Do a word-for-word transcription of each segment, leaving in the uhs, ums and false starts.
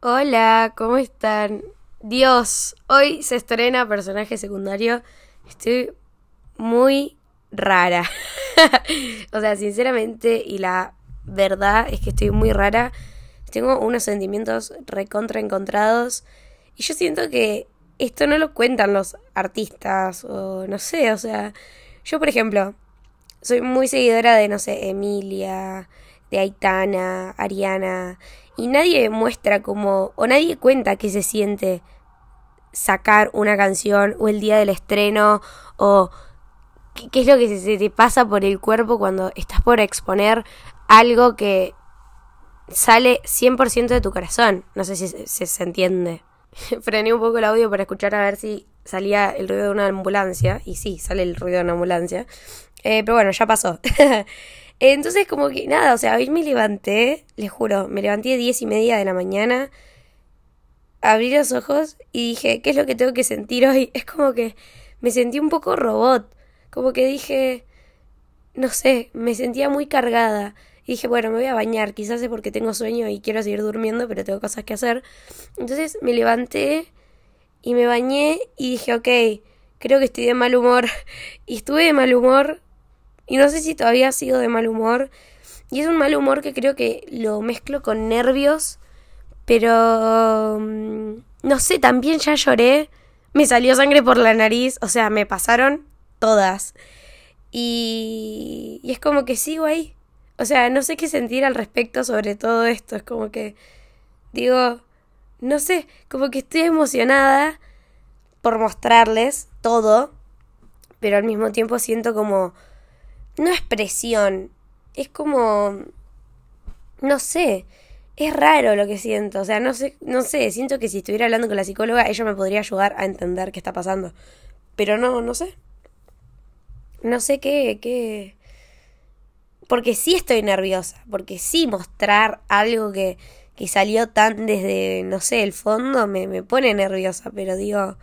Hola, ¿cómo están? Dios, hoy se estrena personaje secundario. Estoy muy rara. O sea, sinceramente, y la verdad es que estoy muy rara. Tengo unos sentimientos recontra encontrados. Y yo siento que esto no lo cuentan los artistas. O no sé, o sea. Yo, por ejemplo, soy muy seguidora de, no sé, Emilia, de Aitana, Ariana, y nadie muestra como, o nadie cuenta qué se siente sacar una canción, o el día del estreno, o qué, qué es lo que se te pasa por el cuerpo cuando estás por exponer algo que sale cien por ciento de tu corazón. No sé si se, si se entiende. Frené un poco el audio para escuchar a ver si salía el ruido de una ambulancia. Y sí, sale el ruido de una ambulancia. Eh, pero bueno, ya pasó. Entonces como que nada, o sea, hoy me levanté, les juro, me levanté a diez y media de la mañana, abrí los ojos y dije, ¿qué es lo que tengo que sentir hoy? Es como que me sentí un poco robot. Como que dije, no sé, me sentía muy cargada. Y dije, bueno, me voy a bañar, quizás es porque tengo sueño y quiero seguir durmiendo, pero tengo cosas que hacer. Entonces me levanté y me bañé y dije, ok, creo que estoy de mal humor. Y estuve de mal humor y no sé si todavía sigo de mal humor. Y es un mal humor que creo que lo mezclo con nervios, pero mm, no sé, también ya lloré. Me salió sangre por la nariz, o sea, me pasaron todas. Y, y es como que sigo ahí. O sea, no sé qué sentir al respecto sobre todo esto. Es como que digo, no sé, como que estoy emocionada por mostrarles todo, pero al mismo tiempo siento como, no es presión, es como, no sé, es raro lo que siento. O sea, no sé, no sé, siento que si estuviera hablando con la psicóloga, ella me podría ayudar a entender qué está pasando. Pero no, no sé. No sé qué, qué, porque sí estoy nerviosa, porque sí mostrar algo que, que salió tan desde, no sé, el fondo me, me pone nerviosa, pero digo,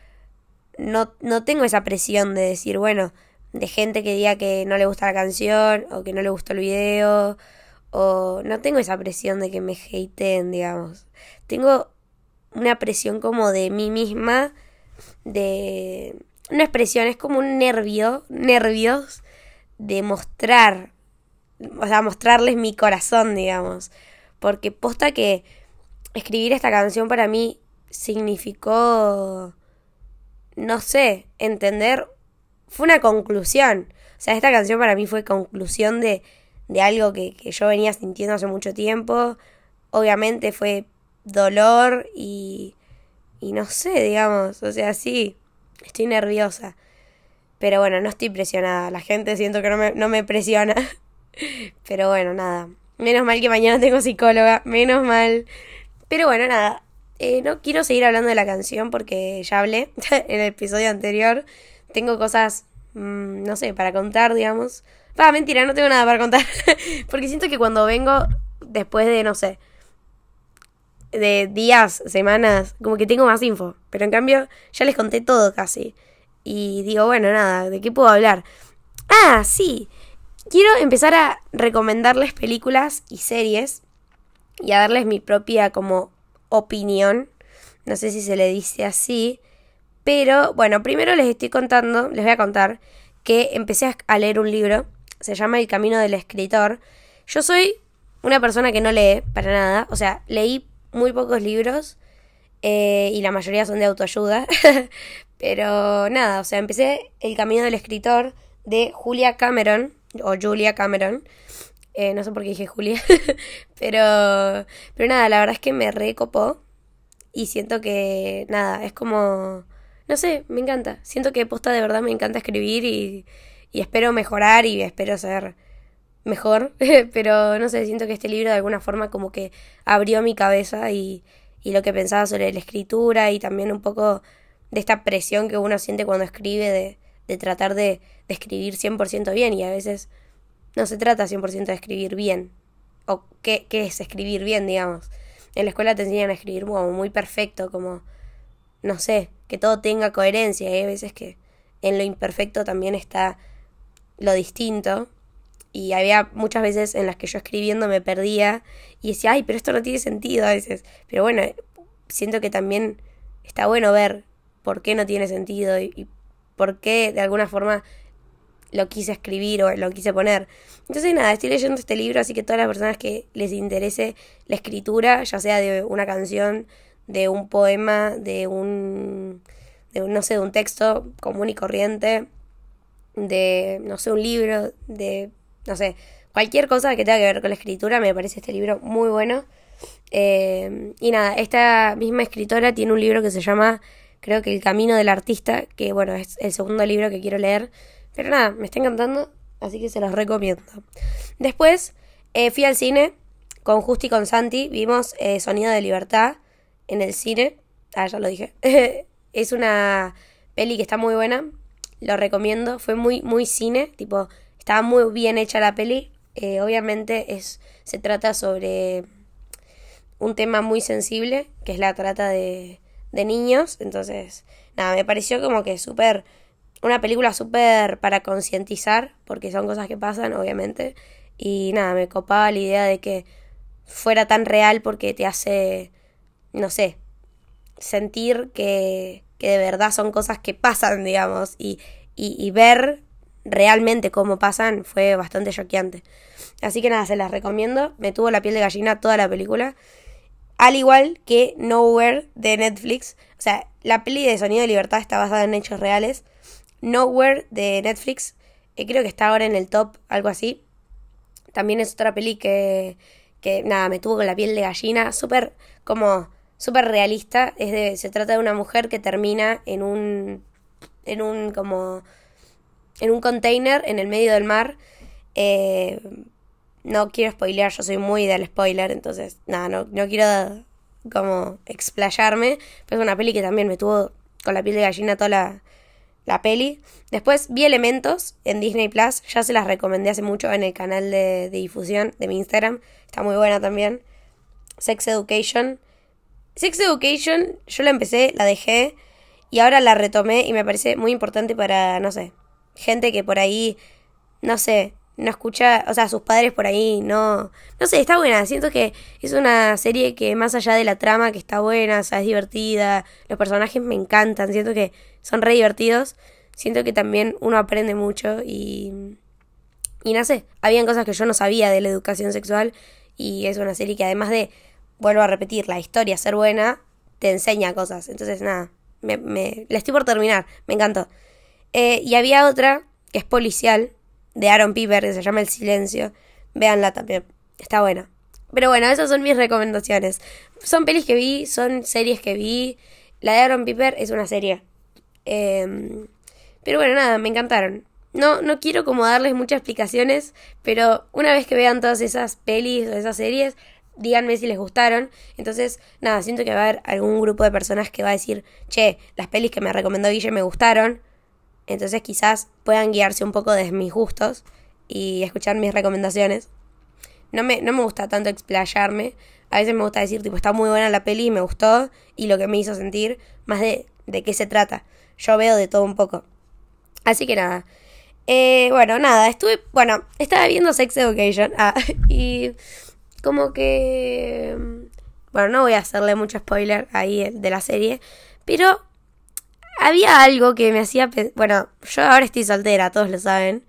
no, no tengo esa presión de decir, bueno, de gente que diga que no le gusta la canción o que no le gustó el video, o no tengo esa presión de que me hateen, digamos. Tengo una presión como de mí misma, de... Una expresión, es como un nervio, nervios de mostrar, o sea, mostrarles mi corazón, digamos. Porque posta que escribir esta canción para mí significó, no sé, entender, fue una conclusión. O sea, esta canción para mí fue conclusión de, de algo que, que yo venía sintiendo hace mucho tiempo. Obviamente fue dolor y, y no sé, digamos, o sea, sí, estoy nerviosa. Pero bueno, no estoy presionada. La gente siento que no me, no me presiona. Pero bueno, nada. Menos mal que mañana tengo psicóloga. Menos mal. Pero bueno, nada. Eh, no quiero seguir hablando de la canción porque ya hablé en el episodio anterior. Tengo cosas, mmm, no sé, para contar, digamos. Ah, mentira, no tengo nada para contar. Porque siento que cuando vengo, después de, no sé, de días, semanas, como que tengo más info. Pero en cambio, ya les conté todo casi. Y digo, bueno, nada, ¿de qué puedo hablar? Ah, sí. Quiero empezar a recomendarles películas y series y a darles mi propia como opinión. No sé si se le dice así. Pero bueno, primero les estoy contando, les voy a contar que empecé a leer un libro. Se llama El Camino del Escritor. Yo soy una persona que no lee para nada. O sea, leí muy pocos libros eh, y la mayoría son de autoayuda. Pero nada, o sea, empecé El Camino del Escritor de Julia Cameron, o Julia Cameron. Eh, no sé por qué dije Julia. pero, pero nada, la verdad es que me recopó. Y siento que, nada, es como... No sé, me encanta. Siento que posta de verdad me encanta escribir y, y espero mejorar y espero ser mejor. Pero no sé, siento que este libro de alguna forma como que abrió mi cabeza y, y lo que pensaba sobre la escritura y también un poco de esta presión que uno siente cuando escribe de, de tratar de, de escribir cien por ciento bien y a veces no se trata cien por ciento de escribir bien. O qué, qué es escribir bien, digamos. En la escuela te enseñan a escribir como muy perfecto, como, no sé, que todo tenga coherencia. Y hay veces que en lo imperfecto también está lo distinto. y había muchas veces en las que yo escribiendo me perdía y decía, ay, pero esto no tiene sentido a veces. Pero bueno, siento que también está bueno ver por qué no tiene sentido y, y por qué de alguna forma lo quise escribir o lo quise poner. Entonces nada, estoy leyendo este libro, así que todas las personas que les interese la escritura, ya sea de una canción, de un poema, de un, de un no sé, de un texto común y corriente, de, no sé, un libro, de, no sé, cualquier cosa que tenga que ver con la escritura, me parece este libro muy bueno. Eh, y nada, esta misma escritora tiene un libro que se llama, creo que El Camino del Artista, que bueno, es el segundo libro que quiero leer. Pero nada, me está encantando, así que se los recomiendo. Después eh, fui al cine con Justi y con Santi. Vimos eh, Sonido de Libertad en el cine. Ah, ya lo dije. Es una peli que está muy buena. Lo recomiendo. Fue muy, muy cine. Tipo, estaba muy bien hecha la peli. Eh, obviamente es, se trata sobre un tema muy sensible, que es la trata de, de niños. Entonces, nada, me pareció como que súper... Una película súper para concientizar, porque son cosas que pasan, obviamente. Y nada, me copaba la idea de que fuera tan real porque te hace, no sé, sentir que, que de verdad son cosas que pasan, digamos. Y, y, y ver realmente cómo pasan fue bastante choqueante. Así que nada, se las recomiendo. Me tuvo la piel de gallina toda la película. Al igual que Nowhere de Netflix. O sea, la peli de Sonido de Libertad está basada en hechos reales. Nowhere de Netflix, eh, creo que está ahora en el top, algo así. También es otra peli que, que nada, me tuvo con la piel de gallina, súper como, súper realista. Es de, se trata de una mujer que termina en un, en un como, en un container en el medio del mar. Eh, no quiero spoilear, yo soy muy del spoiler, entonces nada, no, no quiero como explayarme, pero es una peli que también me tuvo con la piel de gallina toda la la peli. Después vi Elementos en Disney Plus. Ya se las recomendé hace mucho en el canal de, de difusión de mi Instagram. Está muy buena también. Sex Education. Sex Education, yo la empecé, la dejé y ahora la retomé y me parece muy importante para, no sé, gente que por ahí, no sé, no escucha, o sea, sus padres por ahí no... No sé, está buena. Siento que es una serie que más allá de la trama, que está buena, o sea, es divertida, los personajes me encantan, siento que son re divertidos, siento que también uno aprende mucho y... Y no sé, habían cosas que yo no sabía de la educación sexual y es una serie que además de, vuelvo a repetir, la historia ser buena, te enseña cosas. Entonces, nada, me, me, la estoy por terminar, me encantó. Eh, y había otra que es policial, de Aaron Piper, que se llama El Silencio. Véanla también, está buena. Pero bueno, esas son mis recomendaciones. Son pelis que vi, son series que vi. La de Aaron Piper es una serie. Eh, pero bueno, nada, me encantaron. No, no quiero como darles muchas explicaciones, pero una vez que vean todas esas pelis o esas series, díganme si les gustaron. Entonces, nada, siento que va a haber algún grupo de personas que va a decir, che, las pelis que me recomendó Guille me gustaron. Entonces quizás puedan guiarse un poco de mis gustos y escuchar mis recomendaciones. No me, no me gusta tanto explayarme. A veces me gusta decir, tipo, está muy buena la peli y me gustó y lo que me hizo sentir, más de, de qué se trata. Yo veo de todo un poco. Así que nada. Eh, bueno, nada, estuve, bueno, estaba viendo Sex Education. Ah, y como que... Bueno, no voy a hacerle mucho spoiler ahí de la serie, pero... Había algo que me hacía... Pe- bueno, yo ahora estoy soltera, todos lo saben.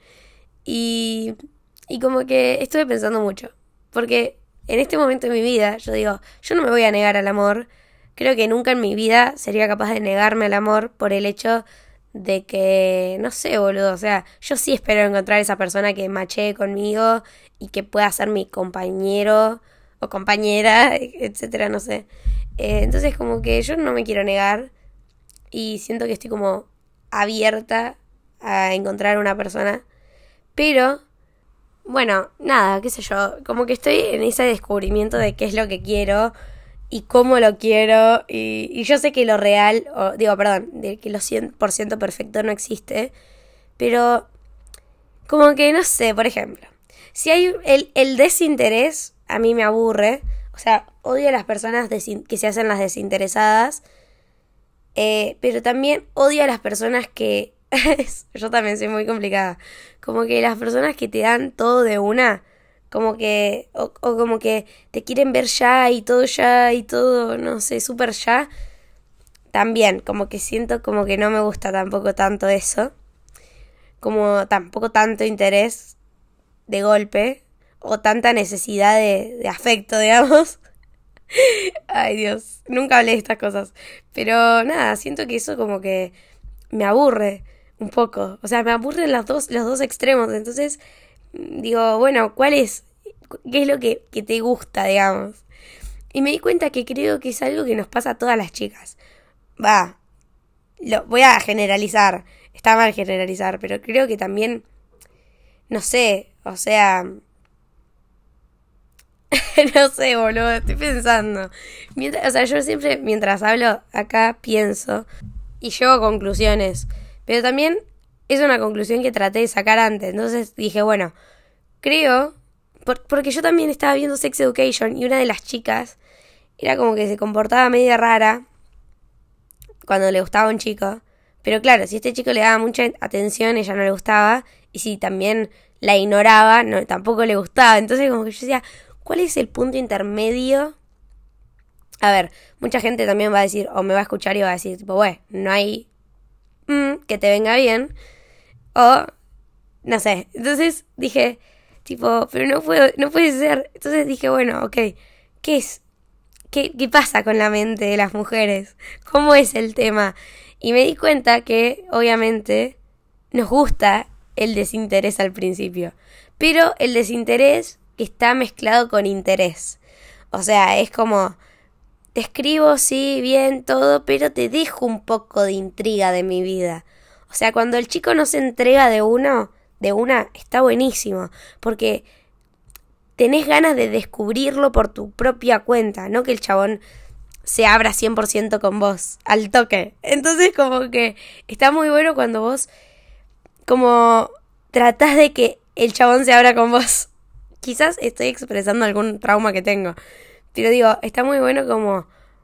Y, y como que estuve pensando mucho. Porque en este momento de mi vida, yo digo, yo no me voy a negar al amor. Creo que nunca en mi vida sería capaz de negarme al amor por el hecho de que... No sé, boludo. O sea, yo sí espero encontrar esa persona que machee conmigo y que pueda ser mi compañero o compañera, etcétera, no sé. Eh, entonces como que yo no me quiero negar. Y siento que estoy como abierta a encontrar una persona. Pero, bueno, nada, qué sé yo. Como que estoy en ese descubrimiento de qué es lo que quiero y cómo lo quiero. Y, y yo sé que lo real, o digo, perdón, de que lo cien por ciento perfecto no existe. Pero, como que no sé, por ejemplo. Si hay el, el desinterés, a mí me aburre. O sea, odio a las personas desin- que se hacen las desinteresadas. Eh, pero también odio a las personas que Yo también soy muy complicada. Como que las personas que te dan todo de una, como que, o, o como que te quieren ver ya y todo ya y todo, no sé, súper ya, también, como que siento como que no me gusta tampoco tanto eso. Como tampoco tanto interés de golpe o tanta necesidad de, de afecto, digamos. Ay, Dios, nunca hablé de estas cosas. Pero nada, siento que eso como que me aburre un poco. O sea, me aburren los dos, los dos extremos. Entonces, digo, bueno, ¿cuál es? ¿Qué es lo que, que te gusta, digamos? Y me di cuenta que creo que es algo que nos pasa a todas las chicas. Va, lo voy a generalizar. Está mal generalizar, pero creo que también, no sé, o sea, no sé, boludo, estoy pensando. Mientras, o sea, yo siempre, mientras hablo acá, pienso y llego a conclusiones. Pero también es una conclusión que traté de sacar antes. Entonces dije, bueno, creo, por, porque yo también estaba viendo Sex Education y una de las chicas era como que se comportaba media rara cuando le gustaba a un chico. Pero claro, si este chico le daba mucha atención, ella no le gustaba. Y si también la ignoraba, no, tampoco le gustaba. Entonces como que yo decía, ¿cuál es el punto intermedio? A ver, mucha gente también va a decir, o me va a escuchar y va a decir, tipo, bueno, no hay mm, que te venga bien. O, no sé. Entonces dije, tipo, pero no puedo, no puede ser. Entonces dije, bueno, ok, ¿qué es? ¿Qué, qué pasa con la mente de las mujeres? ¿Cómo es el tema? Y me di cuenta que, obviamente, nos gusta el desinterés al principio. Pero el desinterés está mezclado con interés. O sea, es como, te escribo, sí, bien, todo, pero te dejo un poco de intriga de mi vida. O sea, cuando el chico no se entrega de uno, de una, está buenísimo. Porque tenés ganas de descubrirlo por tu propia cuenta, no que el chabón se abra cien por ciento con vos, al toque. Entonces como que está muy bueno cuando vos como tratás de que el chabón se abra con vos. Quizás estoy expresando algún trauma que tengo, pero digo, está muy bueno como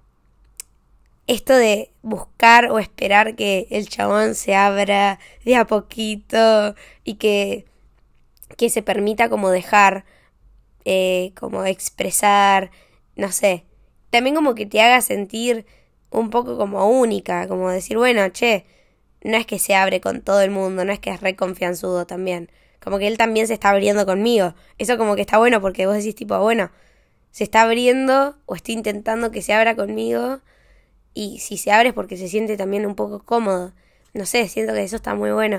esto de buscar o esperar que el chabón se abra de a poquito y que, que se permita como dejar, eh, como expresar, no sé. También como que te haga sentir un poco como única, como decir, bueno, che, no es que se abre con todo el mundo, no es que es re confianzudo también. Como que él también se está abriendo conmigo. Eso como que está bueno porque vos decís tipo, bueno, se está abriendo o estoy intentando que se abra conmigo y si se abre es porque se siente también un poco cómodo. No sé, siento que eso está muy bueno.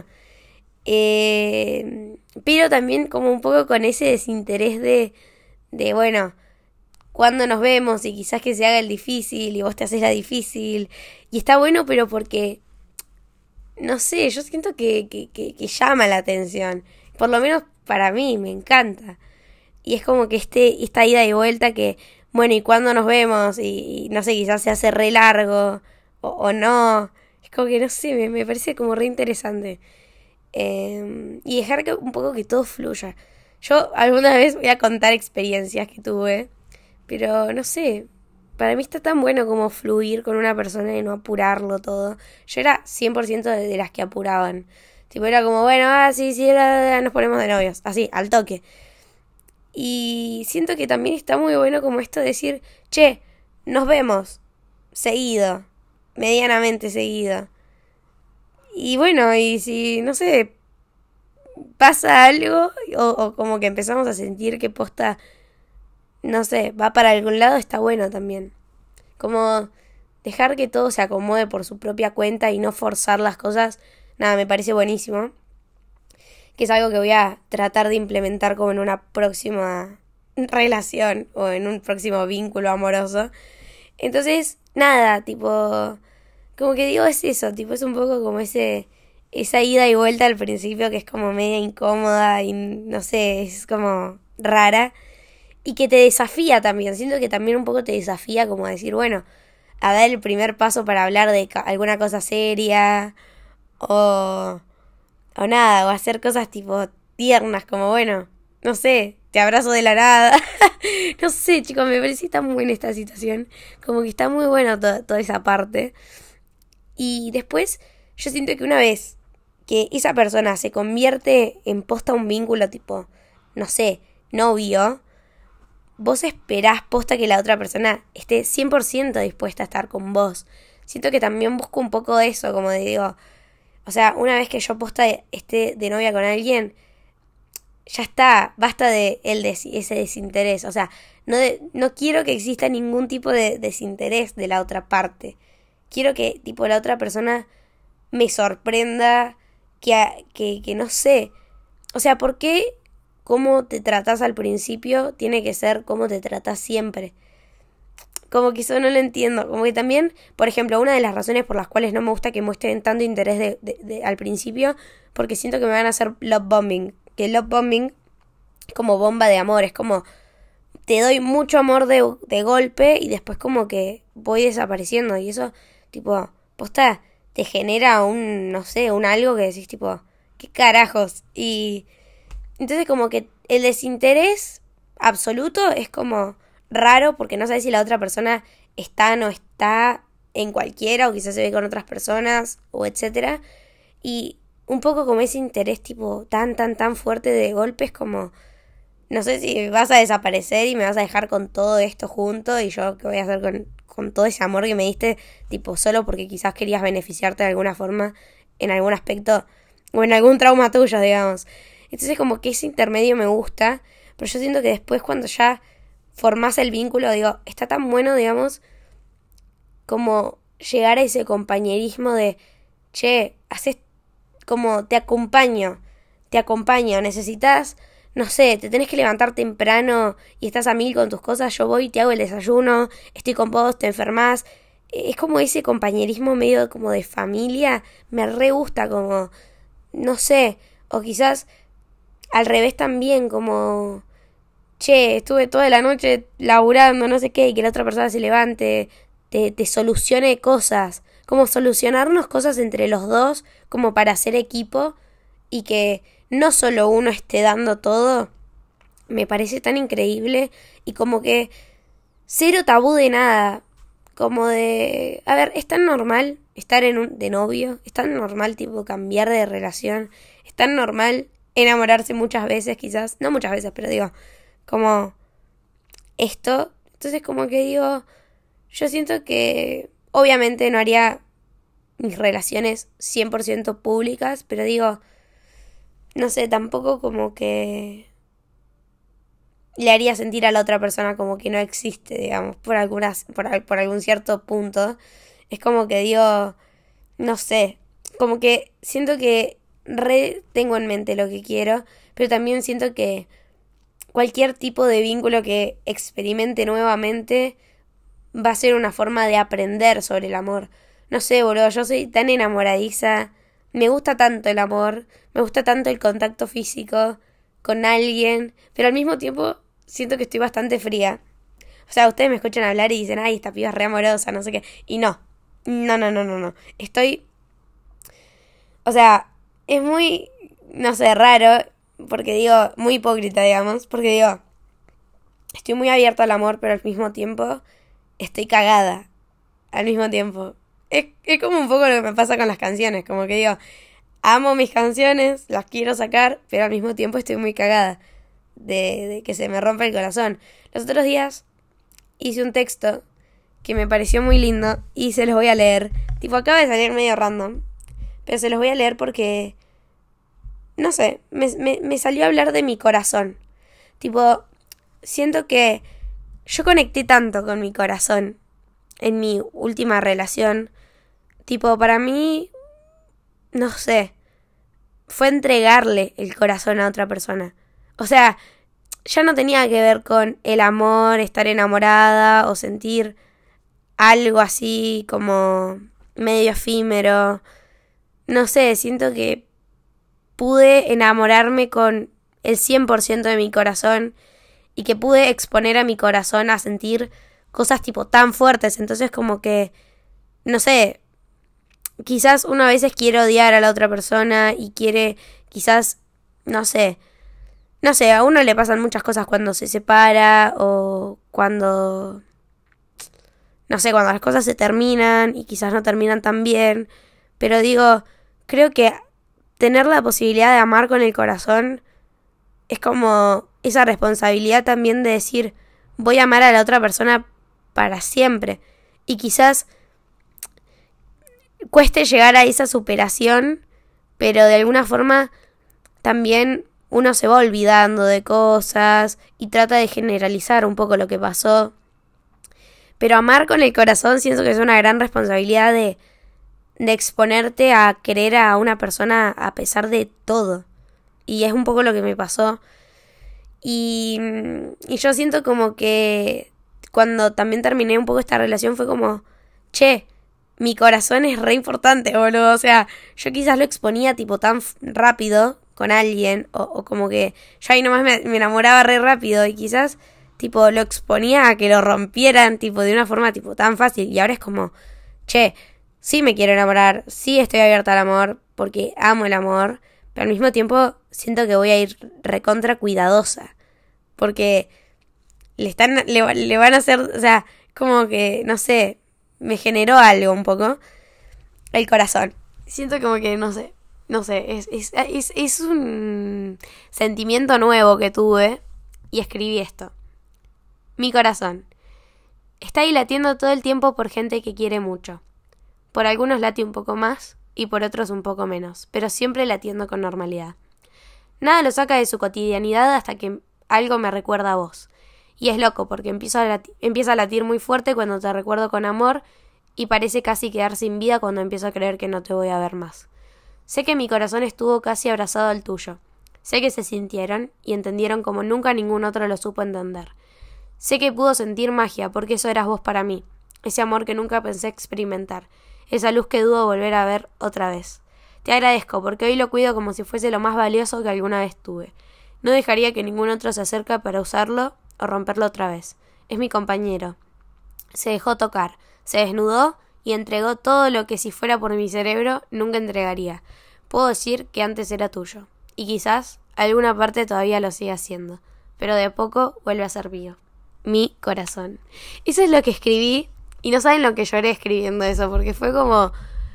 Eh, pero también como un poco con ese desinterés de, de bueno, cuando nos vemos y quizás que se haga el difícil y vos te haces la difícil. Y está bueno, pero porque, no sé, yo siento que, que, que, que llama la atención. Por lo menos para mí, me encanta. Y es como que este, esta ida y vuelta que, bueno, ¿y cuándo nos vemos? Y, y no sé, quizás se hace re largo o, o no. Es como que, no sé, me, me parece como re interesante. Eh, y dejar que un poco que todo fluya. Yo alguna vez voy a contar experiencias que tuve. Pero no sé, para mí está tan bueno como fluir con una persona y no apurarlo todo. Yo era cien por ciento de, de las que apuraban. Tipo, era como, bueno, ah, sí, sí, era, nos ponemos de novios. Así, al toque. Y siento que también está muy bueno como esto de decir, che, nos vemos. Seguido. Medianamente seguido. Y bueno, y si, no sé, pasa algo o, o como que empezamos a sentir que posta, no sé, va para algún lado, está bueno también. Como dejar que todo se acomode por su propia cuenta y no forzar las cosas, nada, me parece buenísimo. Que es algo que voy a tratar de implementar como en una próxima relación o en un próximo vínculo amoroso. Entonces, nada, tipo, como que digo es eso, tipo es un poco como ese esa ida y vuelta al principio que es como media incómoda y no sé, es como rara. Y que te desafía también, siento que también un poco te desafía como a decir, bueno, a dar el primer paso para hablar de ca- alguna cosa seria o, o nada, o hacer cosas tipo tiernas como, bueno, no sé, te abrazo de la nada. No sé, chicos, me parece tan buena esta situación, como que está muy buena to- toda esa parte. Y después yo siento que una vez que esa persona se convierte en posta un vínculo tipo, no sé, novio, vos esperás posta que la otra persona esté cien por ciento dispuesta a estar con vos. Siento que también busco un poco de eso, como de digo, o sea, una vez que yo posta esté de novia con alguien, ya está, basta de el des- ese desinterés. O sea, no, de- no quiero que exista ningún tipo de desinterés de la otra parte. Quiero que, tipo, la otra persona me sorprenda, que, que, que no sé. O sea, ¿por qué cómo te tratás al principio tiene que ser cómo te tratás siempre? Como que eso no lo entiendo. Como que también, por ejemplo, una de las razones por las cuales no me gusta que muestren tanto interés de, de, de, al principio, porque siento que me van a hacer love bombing. Que love bombing es como bomba de amor, es como te doy mucho amor de, de golpe y después como que voy desapareciendo. Y eso, tipo, posta, te genera un, no sé, un algo que decís, tipo, ¿qué carajos? Y entonces como que el desinterés absoluto es como raro porque no sabes si la otra persona está o no está en cualquiera o quizás se ve con otras personas o etcétera. Y un poco como ese interés tipo tan, tan, tan fuerte de golpes como no sé si vas a desaparecer y me vas a dejar con todo esto junto y yo qué voy a hacer con, con todo ese amor que me diste tipo solo porque quizás querías beneficiarte de alguna forma en algún aspecto o en algún trauma tuyo, digamos. Entonces como que ese intermedio me gusta, pero yo siento que después cuando ya formás el vínculo, digo, está tan bueno, digamos, como llegar a ese compañerismo de, che, haces como te acompaño, te acompaño, necesitas, no sé, te tenés que levantar temprano y estás a mil con tus cosas, yo voy, te hago el desayuno, estoy con vos, te enfermas. Es como ese compañerismo medio como de familia, me re gusta, como, no sé, o quizás al revés también, como, che, estuve toda la noche laburando, no sé qué, y que la otra persona se levante, te, te solucione cosas, como solucionarnos cosas entre los dos, como para hacer equipo, y que no solo uno esté dando todo, me parece tan increíble, y como que cero tabú de nada, como de, a ver, es tan normal estar en un, de novio, es tan normal tipo cambiar de relación, es tan normal enamorarse muchas veces quizás, no muchas veces, pero digo, como esto, entonces como que digo, yo siento que obviamente no haría mis relaciones cien por ciento públicas, pero digo, no sé, tampoco como que le haría sentir a la otra persona como que no existe, digamos, por algunas, por, por algún cierto punto. Es como que digo, no sé, como que siento que re tengo en mente lo que quiero, pero también siento que cualquier tipo de vínculo que experimente nuevamente va a ser una forma de aprender sobre el amor. No sé, boludo, yo soy tan enamoradiza, me gusta tanto el amor, me gusta tanto el contacto físico con alguien, pero al mismo tiempo siento que estoy bastante fría. O sea, ustedes me escuchan hablar y dicen, ay, esta piba es re amorosa, no sé qué. Y no, no, no, no, no, no. Estoy, o sea, es muy, no sé, raro, porque digo, muy hipócrita, digamos, porque digo, estoy muy abierta al amor, pero al mismo tiempo estoy cagada. Al mismo tiempo. Es, es como un poco lo que me pasa con las canciones, como que digo, amo mis canciones, las quiero sacar, pero al mismo tiempo estoy muy cagada de, de que se me rompa el corazón. Los otros días hice un texto que me pareció muy lindo y se los voy a leer. Tipo, acaba de salir medio random, pero se los voy a leer porque, no sé, me, me, me salió a hablar de mi corazón. Tipo, siento que yo conecté tanto con mi corazón en mi última relación. Tipo, para mí, no sé, fue entregarle el corazón a otra persona. O sea, ya no tenía que ver con el amor, estar enamorada o sentir algo así como medio efímero. No sé, siento que pude enamorarme con el cien por ciento de mi corazón y que pude exponer a mi corazón a sentir cosas tipo tan fuertes. Entonces como que, no sé, quizás uno a veces quiere odiar a la otra persona y quiere, quizás, no sé, no sé, a uno le pasan muchas cosas cuando se separa o cuando, no sé, cuando las cosas se terminan y quizás no terminan tan bien. Pero digo, creo que tener la posibilidad de amar con el corazón es como esa responsabilidad también de decir, voy a amar a la otra persona para siempre. Y quizás cueste llegar a esa superación, pero de alguna forma también uno se va olvidando de cosas y trata de generalizar un poco lo que pasó. Pero amar con el corazón siento que es una gran responsabilidad de, de exponerte a querer a una persona a pesar de todo. Y es un poco lo que me pasó. Y, y yo siento como que cuando también terminé un poco esta relación fue como, che, mi corazón es re importante, boludo. O sea, yo quizás lo exponía tipo tan rápido con alguien, o, o como que yo ahí nomás me, me enamoraba re rápido y quizás tipo lo exponía a que lo rompieran tipo de una forma tipo tan fácil. Y ahora es como, che, sí me quiero enamorar, sí estoy abierta al amor porque amo el amor, pero al mismo tiempo siento que voy a ir recontra cuidadosa porque le están le, le van a hacer, o sea, como que no sé, me generó algo un poco el corazón. Siento como que no sé, no sé, es es es, es un sentimiento nuevo que tuve y escribí esto. Mi corazón está ahí latiendo todo el tiempo por gente que quiere mucho. Por algunos late un poco más y por otros un poco menos, pero siempre latiendo con normalidad. Nada lo saca de su cotidianidad hasta que algo me recuerda a vos. Y es loco porque empiezo a lati- empieza a latir muy fuerte cuando te recuerdo con amor y parece casi quedar sin vida cuando empiezo a creer que no te voy a ver más. Sé que mi corazón estuvo casi abrazado al tuyo. Sé que se sintieron y entendieron como nunca ningún otro lo supo entender. Sé que pudo sentir magia porque eso eras vos para mí. Ese amor que nunca pensé experimentar. Esa luz que dudo volver a ver otra vez. Te agradezco porque hoy lo cuido como si fuese lo más valioso que alguna vez tuve. No dejaría que ningún otro se acerque para usarlo o romperlo otra vez. Es mi compañero. Se dejó tocar, se desnudó y entregó todo lo que si fuera por mi cerebro nunca entregaría. Puedo decir que antes era tuyo. Y quizás alguna parte todavía lo siga haciendo. Pero de a poco vuelve a ser mío. Mi corazón. Eso es lo que escribí. Y no saben lo que lloré escribiendo eso. Porque fue como...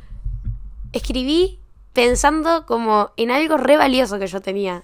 Escribí pensando como en algo re valioso que yo tenía.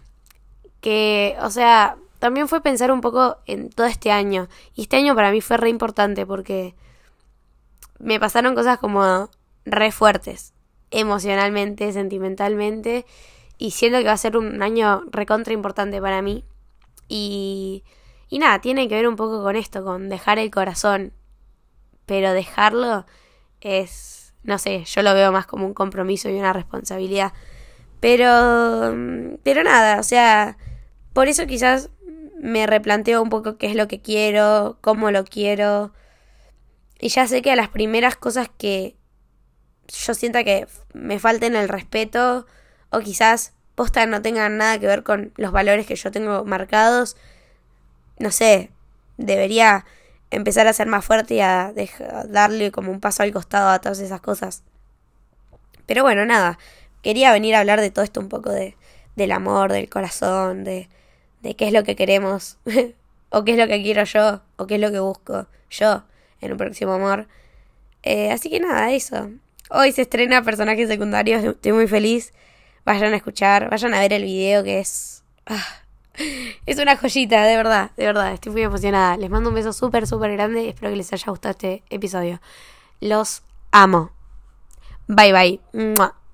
Que, o sea... También fue pensar un poco en todo este año. Y este año para mí fue re importante porque me pasaron cosas como re fuertes. Emocionalmente, sentimentalmente. Y siento que va a ser un año recontra importante para mí. Y, y nada, tiene que ver un poco con esto, con dejar el corazón. Pero dejarlo es, no sé, yo lo veo más como un compromiso y una responsabilidad. Pero, pero nada, o sea, por eso quizás me replanteo un poco qué es lo que quiero, cómo lo quiero. Y ya sé que a las primeras cosas que yo sienta que me falten el respeto, o quizás posta no tengan nada que ver con los valores que yo tengo marcados, no sé, debería empezar a ser más fuerte y a dejar, darle como un paso al costado a todas esas cosas. Pero bueno, nada, quería venir a hablar de todo esto un poco de, del amor, del corazón, de... de qué es lo que queremos, o qué es lo que quiero yo, o qué es lo que busco yo en un próximo amor. Eh, así que nada, eso. Hoy se estrena Personajes Secundarios, estoy muy feliz. Vayan a escuchar, vayan a ver el video que es... Ah, es una joyita, de verdad, de verdad, estoy muy emocionada. Les mando un beso súper, súper grande y espero que les haya gustado este episodio. Los amo. Bye, bye. ¡Mua!